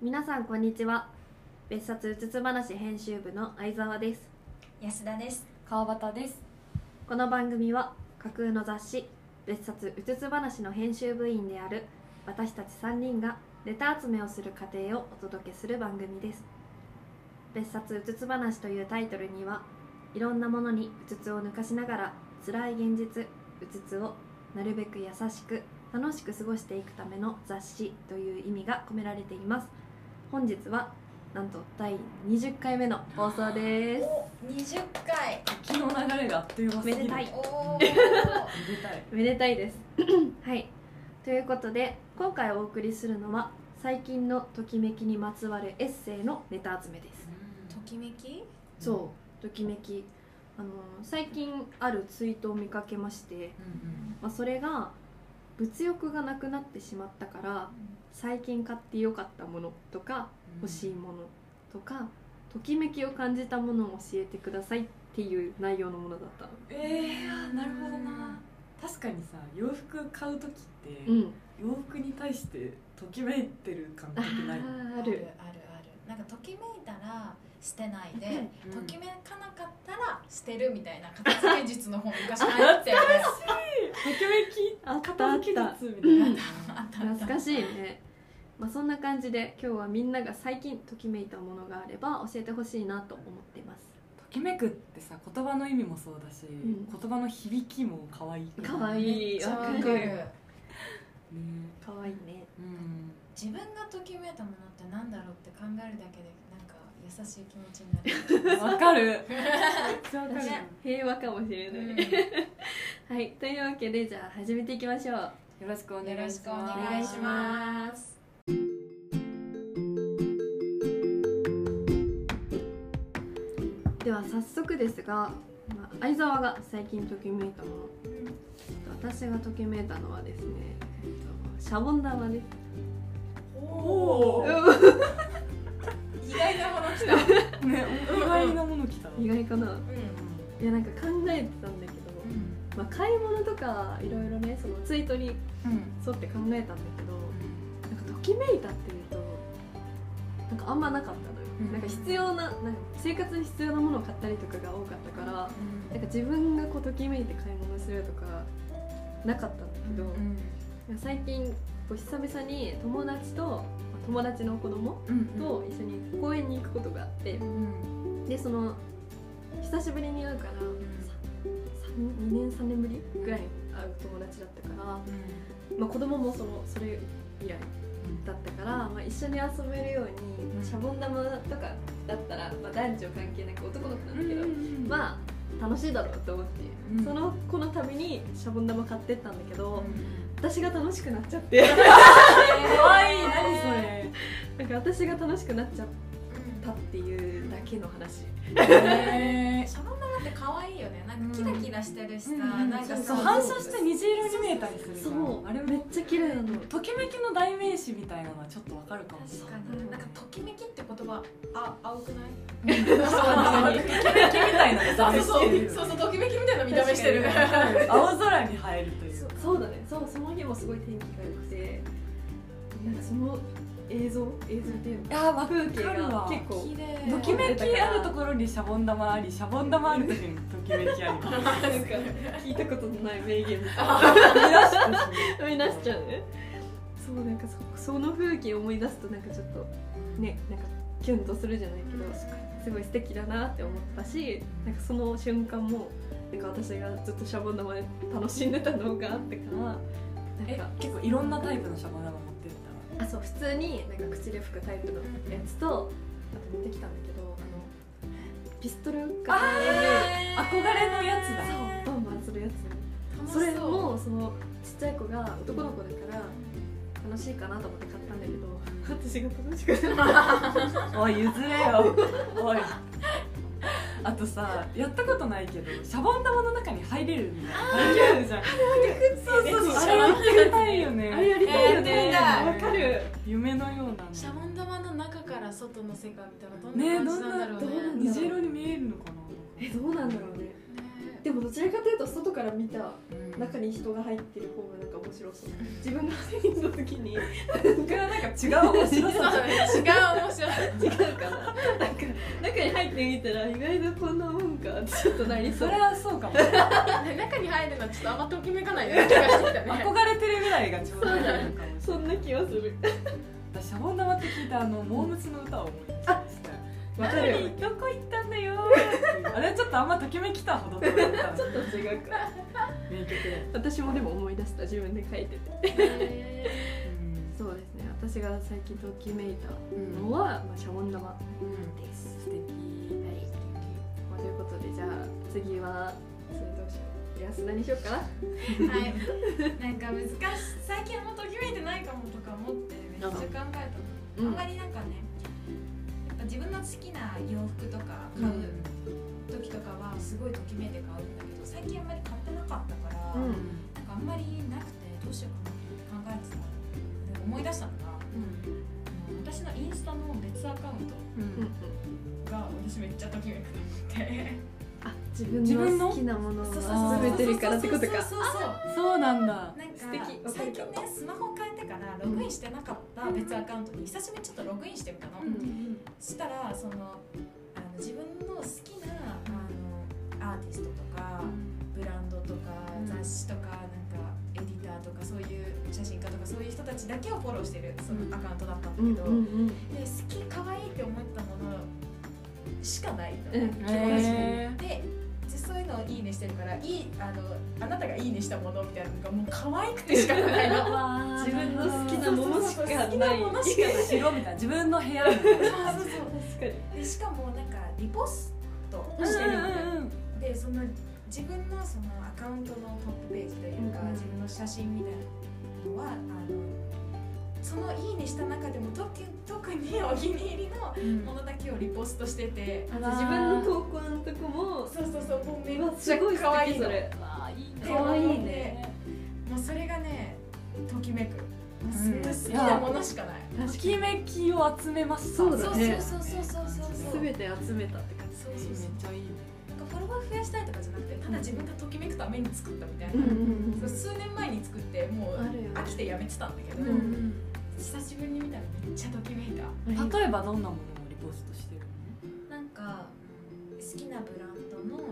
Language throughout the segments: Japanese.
皆さんこんにちは。別冊うつつ話編集部の相沢です。 安田です。 川端です。 この番組は架空の雑誌別冊うつつ話の編集部員である私たち3人がネタ集めをする過程をお届けする番組です。別冊うつつ話というタイトルにはいろんなものにうつつを抜かしながら辛い現実うつつをなるべく優しく楽しく過ごしていくための雑誌という意味が込められています。本日はなんと第20回目の放送です。 20回。 時の流れがあっという間すぎる。 めでたいおめでたい。 めでたいですはい、ということで今回お送りするのは最近のときめきにまつわるエッセイのネタ集めです。 ときめき？ そうときめき、最近あるツイートを見かけまして、それが物欲がなくなってしまったから最近買ってよかったものとか欲しいものとかときめきを感じたものを教えてくださいっていう内容のものだったの。 なるほどな。確かにさ、洋服買う時って、洋服に対してときめいてる感覚ない？ ある。なんかときめいたら捨てないで、ときめかなかったら捨てるみたいな片付け術の本昔流行ってる。 ときめき片付け術みたいな。 懐かしいね。そんな感じで今日はみんなが最近ときめいたものがあれば教えてほしいなと思っています。 ときめくってさ、言葉の意味もそうだし、言葉の響きも可愛い。 可愛い。 わかる。 可愛いね。 自分がときめいたものってなんだろうって考えるだけでなんか優しい気持ちになる。 わかる。 平和かもしれない。はい、というわけでじゃあ始めていきましょう。 よろしくお願いします。 お願いします。 では早速ですが、相沢が最近ときめいたもの、私がときめいたのはですね、シャボン玉です。 おー意外なもの来た。 ね、意外なもの来た。 意外かな。いやなんか考えてたんだけど、買い物とかいろいろね、そのツイートに沿って考えたんだけど、なんかときめいたっていうとなんかあんまなかったのよ。なんか必要な、なんか生活に必要なものを買ったりとかが多かったから、なんか自分がこうときめいて買い物するとかなかったんだけど、最近こう久々に友達の子供と一緒に公園に行くことがあって、でその久しぶりに会うから2年3年ぶりぐらいに会う友達だったから、子供もそれ以来だったから、一緒に遊べるように、シャボン玉とかだったら、男女関係なく男の子なんだけど、楽しいだろうと思って、その子のためにシャボン玉買ってったんだけど、私が楽しくなっちゃってかわいい。何それ。 なんか私が楽しくなっちゃったっていうだけの話。 シャボン玉って可愛いよね。なんかキラキラしてるしさ、なんかそう反射して虹色に見えたりする。 そう、あれめっちゃ綺麗なの。 ときめきの代名詞みたいなのはちょっとわかるかもしれない。 確かに。なんかときめきって言葉青くない？ ときめきみたいなの見た目してる。 そうときめきみたいな見た目してる。 青空に映えるという。 そうだね。その日もすごい天気が良くて、なんかその映像っていうの風景が結構綺麗。 ときめきあるところにシャボン玉あり、シャボン玉あるときにときめきあり。 なんか聞いたことのない名言みたいな思い出しちゃうね。そう、なんかその風景を思い出すとなんかちょっとね、なんかキュンとするじゃないけど、すごい素敵だなって思ったし、なんかその瞬間もなんか私がずっとシャボン玉で楽しんでたのがあってから、なんか結構いろんなタイプのシャボン玉持ってった。 そう、普通になんか口で吹くタイプのやつと、あと持ってきたんだけど、ピストルが憧れのやつだ。 そう、バンバンするやつ。それもそのちっちゃい子が男の子だから楽しいかなと思って買ったんだけど、私が楽しくない。 おい、譲れよ。おい。あとさ、やったことないけどシャボン玉の中に入れるみたいな体験あるじゃん。そうあれやりたいよね。 あれやりたいよね。わかる。 夢のような。 シャボン玉の中から外の世界みたいなどんな感じなんだろうね。 虹色に見えるのかな。 どうなんだろうね。 でもどちらかというと外から見た中に人が入ってる方がなんか面白そう。自分が見た時に僕はなんか違う面白さ違う面白さ違うかな。なんか中に入ってみたら意外とこんなもんかってちょっとなりそう。 それはそうかも。 中に入るのはちょっとあんまときめかないような気がしてきたね。 憧れてるぐらいがちょうどいいのかも。 そんな気がする。 私シャボン玉って聞いたモームスの歌を思い出しました。 わかるよ。 どこ行ったんだよ。あれちょっとあんまときめきたほどと思った。 ちょっと違うか。 名曲で。 私もでも思い出した、自分で書いてて。そうですね。私が最近ときめいたのは、まあシャボン玉です。 素敵。 まあということでじゃあ次はそれどうしよう。安田にしようかな。 はい。なんか難しい。最近あんまときめいてないかもとか思ってめっちゃ考えたの。あんまりなんかね。自分の好きな洋服とか買う時とかはすごいときめいて買うんだけど、最近あんまり買ってなかったから、なんかあんまりなくてどうしようかなって考えてたで思い出したのが、私のインスタの別アカウントが私めっちゃときめくと思って。 あ、自分の好きなものを集めてるからってことか。 そうなんだ。 なんか最近ねスマホ変えてからログインしてなかった別アカウントに久しぶりにちょっとログインしてみたの。そしたらその自分の好きなアーティストとかブランドとか雑誌とかなんかエディターとかそういう写真家とかそういう人たちだけをフォローしてるそのアカウントだったんだけど、で好き可愛いって思ったものしかないの、でそういうのをいいねしてるからあなたがいいねしたものみたいなのがもう可愛くてしかないの。 自分の好きなものしかない。 白みたいな自分の部屋みたいな。 確かに。でしかもなんかリポストしてるみたいな。でその自分のそのアカウントのトップページというか、自分の写真みたいなのはそのいいねした中でも特にお気に入りのものだけをリポストしてて、 自分の投稿のとこもそうもうめっちゃ可愛いの。 可愛いね。 もうそれがねときめく。好きなものしかない。 ときめきを集めました。 そうだね。 そう全て集めたって感じ。 めっちゃいいね。 なんかフォロワー増やしたいとかじゃなくて、ただ自分がときめくために作ったみたいな。数年前に作ってもう飽きてやめてたんだけど、久しぶりに見たらめっちゃときめいた。 例えばどんなものをリポストしてるの？ なんか好きなブランドの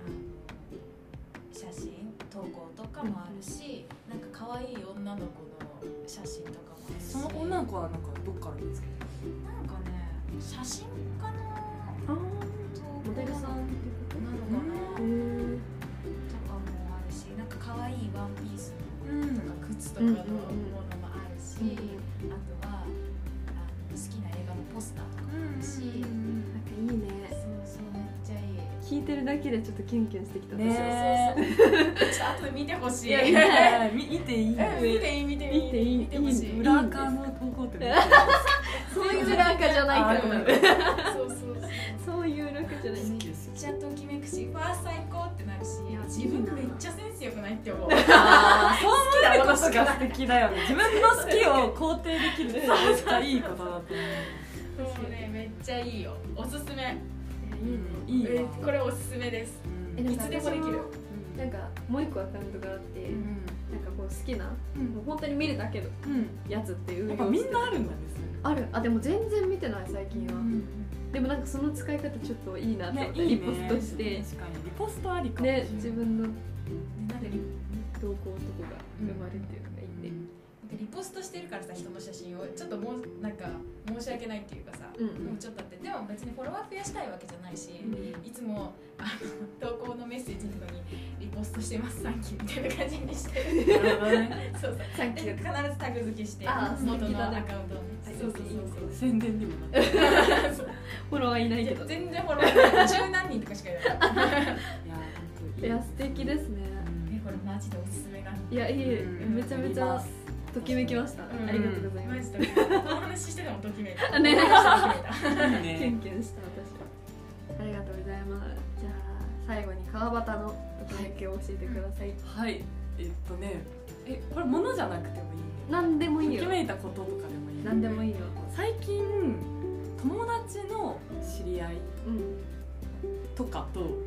写真投稿とかもあるし、なんか可愛い女の子の写真とかもあるし。 その女の子はなんかどっから見つけた？ なんかね、写真家のモデルさんってことなのかなとかもあるし、なんか可愛いワンピースとか靴とかのものもあるし、あとは好きな映画のポスターとかもあるし、 なんかいいね。 そうめっちゃいい。 聞いてるだけでちょっとキュンキュンしてきたね。 そうちょっと後で見てほしい。 見ていい？ 見てほしい。 裏側の投稿ってそういう裏側じゃないから。そういう裏側じゃない。 めっちゃときめくし、わあ最高ってなるし、自分めっちゃセンス良くないって思う。 そう思えることが素敵だよね。自分の好きを肯定できるってめっちゃいいことだと思う。 もうね、めっちゃいいよ。おすすめ。 いいわ。 これおすすめです。いつでもできる。 なんかもう一個アカウントがあって、なんかこう好きな、もう本当に見るだけのやつっていう。 やっぱみんなあるんだね。 ある。でも全然見てない最近は。でもなんかその使い方ちょっといいなって思ってリポストして。 確かにリポストありかもしれない。 ね、自分の投稿とかが生まれてるのがいいね。 リポストしてるからさ、人の写真をちょっともうなんか申し訳ないっていうかさ、もうちょっとあって、でも別にフォロワー増やしたいわけじゃないし、いつも投稿のメッセージとかにリポストしてますサンキューみたいな感じにしてる。そうサンキュー必ずタグ付けして元のアカウントをね。そう宣伝にもなって。 フォロワーいないけど。 全然フォロワーない。十何人とかしかいない。 いや素敵ですね。 これマジでおすすめなんで。 いやいい、めちゃめちゃときめきました。ありがとうございます。 マジでこの話しててもときめいた。 ね。キュね。 ンキュンした私。ありがとうございます。じゃあ最後に川端のときめきを教えてください。 はい。これ物じゃなくてもいいね。 何でもいいよ。 ときめいたこととかでもいい。 何でもいいよ。 最近友達の知り合いとかと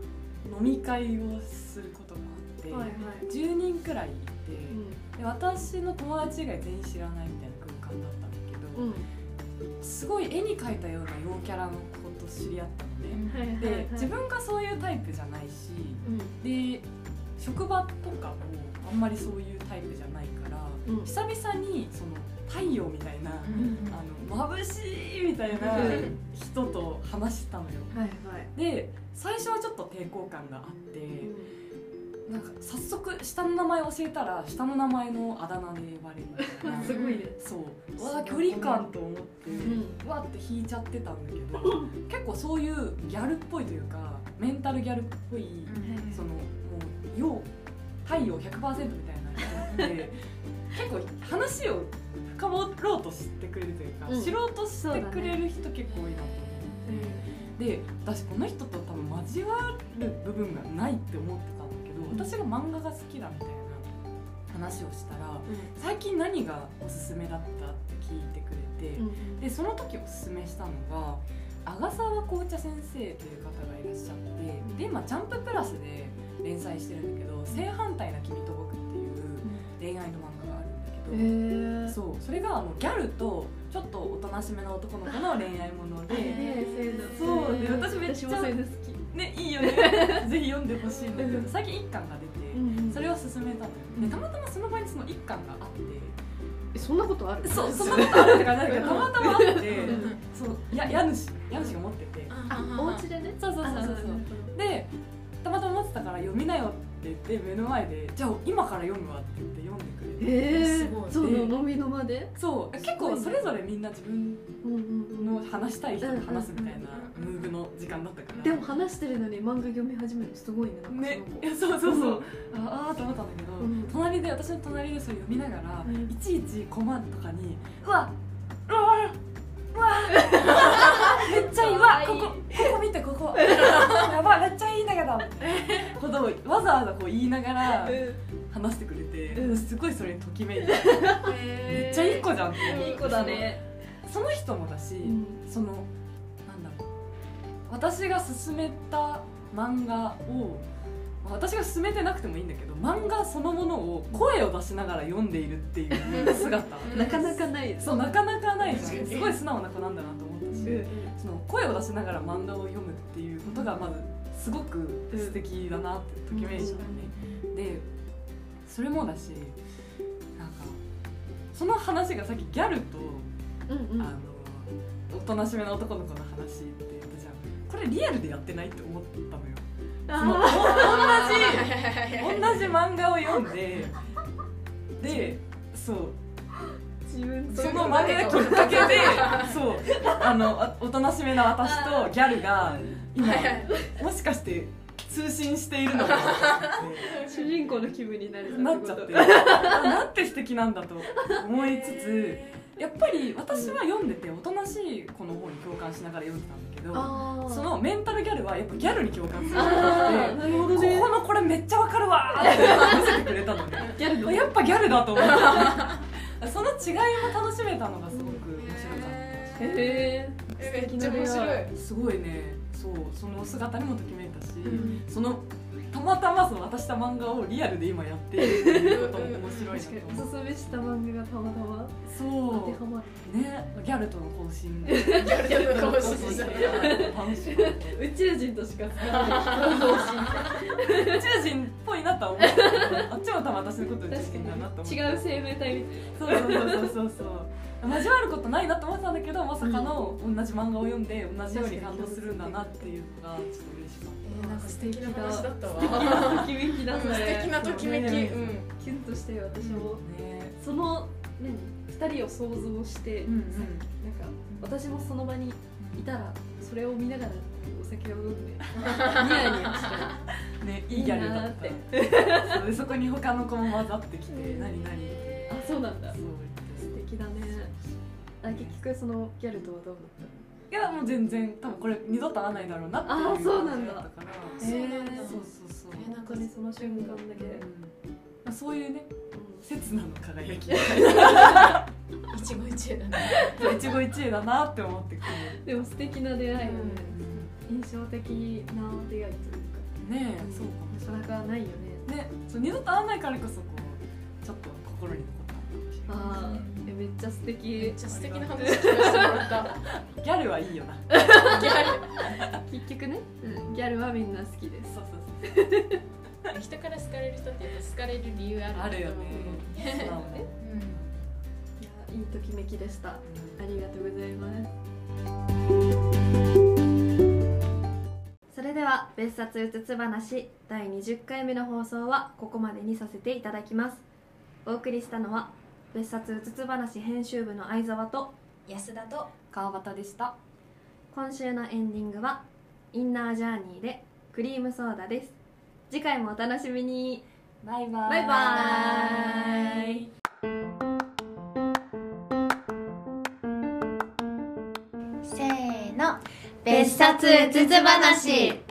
飲み会をすることがあって、 はいはい、 10人くらいいて、で私の友達以外全員知らないみたいな空間だったんだけど、すごい絵に描いたような陽キャラの子と知り合ったのね、で自分がそういうタイプじゃないし、で職場とかもあんまりそういうタイプじゃないから、久々にその太陽みたいな、眩しいみたいな人と話したのよ。で最初はちょっと抵抗感があって、なんか早速下の名前教えたら下の名前のあだ名で呼ばれるみたいなすごいね。 そうわ距離感と思って、わって引いちゃってたんだけど、結構そういうギャルっぽいというかメンタルギャルっぽい、そのもう太陽 100% みたいな人で結構話を深掘ろうとしてくれるというか、知ろうとしてくれる人結構多いなと思って、で私この人と多分交わる部分がないって思ってたんだけど、私が漫画が好きだみたいな話をしたら、最近何がおすすめだったって聞いてくれて、でその時おすすめしたのが阿賀沢紅茶先生という方がいらっしゃって、で今ジャンププラスで連載してるんだけど、正反対な君と僕っていう恋愛の漫画があるんだけど、そうそれがギャルとちょっとおとなしめの男の子の恋愛もので、そうで私めっちゃ好きね、いいよねぜひ読んでほしいんだけど、最近1巻が出てそれを勧めたのよ。でたまたまその場にその1巻があって、 そんなことある？ そうそんなことあるかないかたまたまあって、そう家主が持ってて、 お家でね。 そうでたまたま持ってたから読みなよって言って目の前でじゃあ今から読むわって言って読んでくれて、 すごい。そう飲みの間で？ そう結構それぞれみんな自分の話したい人と話すみたいなムーブの時間だったから。 でも話してるのに漫画読み始めるのすごいね。 いやそうああと思ったんだけど、私の隣でそれ読みながら、いちいちコマとかにうわめっちゃいいわここ見てここやばいめっちゃいいんだけどことをわざわざこう言いながら話してくれて、すごいそれにときめいて、めっちゃいい子じゃんって。 いい子だね。 その人もだし、そのなんだろう、私が勧めた漫画を私が勧めてなくてもいいんだけど、漫画そのものを声を出しながら読んでいるっていう姿なかなかないです。 そうなかなかないじゃん。すごい素直な子なんだなと思ったし、その声を出しながら漫画を読むっていうことがまずすごく素敵だなってときめいちゃうね。でそれもだし、なんかその話がさっきギャルと、おとなしめの男の子の話って言ったじゃん。これリアルでやってないって思ったのよ。同じ漫画を読んでそうその漫画がきっかけでそうおとなしめな私とギャルが今もしかして通信しているのかって主人公の気分になっちゃってなんて素敵なんだと思いつつ、やっぱり私は読んでておとなしい子の方に共感しながら読んでたんだけど、そのメンタルギャルはやっぱギャルに共感するので、ここのこれめっちゃわかるわーって見せてくれたのでやっぱギャルだと思ってその違いも楽しめたのがすごく面白かった。 めっちゃ面白い。 すごいね。その姿にもときめいたし、そのたまたま渡した漫画をリアルで今やっているっていうことも面白いなと思う。 おすすめした漫画がたまたまそう当てはまるね。ギャルとの交信ギャルの交信楽しい。 宇宙人としか使わない宇宙人っぽいなとは思うけど、あっちも多分私のこと宇宙人だなと思う。 違う生命体みたいな。そう交わることないなと思ってたんだけど、まさかの同じ漫画を読んで同じように感動するんだなっていうのがちょっと嬉しかった。 なんか素敵な話だったわ。 ときめきだったね。 素敵なときめき。キュンとして私もその2人を想像して、なんか私もその場にいたらそれを見ながらお酒を飲んでニヤニヤしてね、いいギャルだった。そこに他の子も混ざってきて何あ、そうなんだ。素敵だね。結局そのギャルとはどうだったの？ いやもう全然多分これ二度と会わないだろうなっていう感じだったから。そう本当にその瞬間だけ、 そういうね刹那の輝き一期一会だね。 一期一会だなって思ってくる。 でも素敵な出会いよね。印象的な出会いというかねえ、そうかもなかなかないよね。 ね、そう二度と会わないからこそこうちょっと心に残ったかもしれない。 ああ、めっちゃ素敵。 めっちゃ素敵な話聞かせてもらったギャルはいいよな。 ギャ結局ね、ギャルはみんな好きです。 そうそうル人から好かれる人ってやっぱ好かれる理由あるあるよね。素直ね。 いや、いいときめきでした。ありがとうございます。それでは別冊うつつ話第20回目の放送はここまでにさせていただきます。お送りしたのは別冊うつつ話編集部の相沢と安田と川端でした。 今週のエンディングはインナージャーニーでクリームソーダです。次回もお楽しみに。 バイバイ。 バイバイ。 せーの、別冊うつつ話。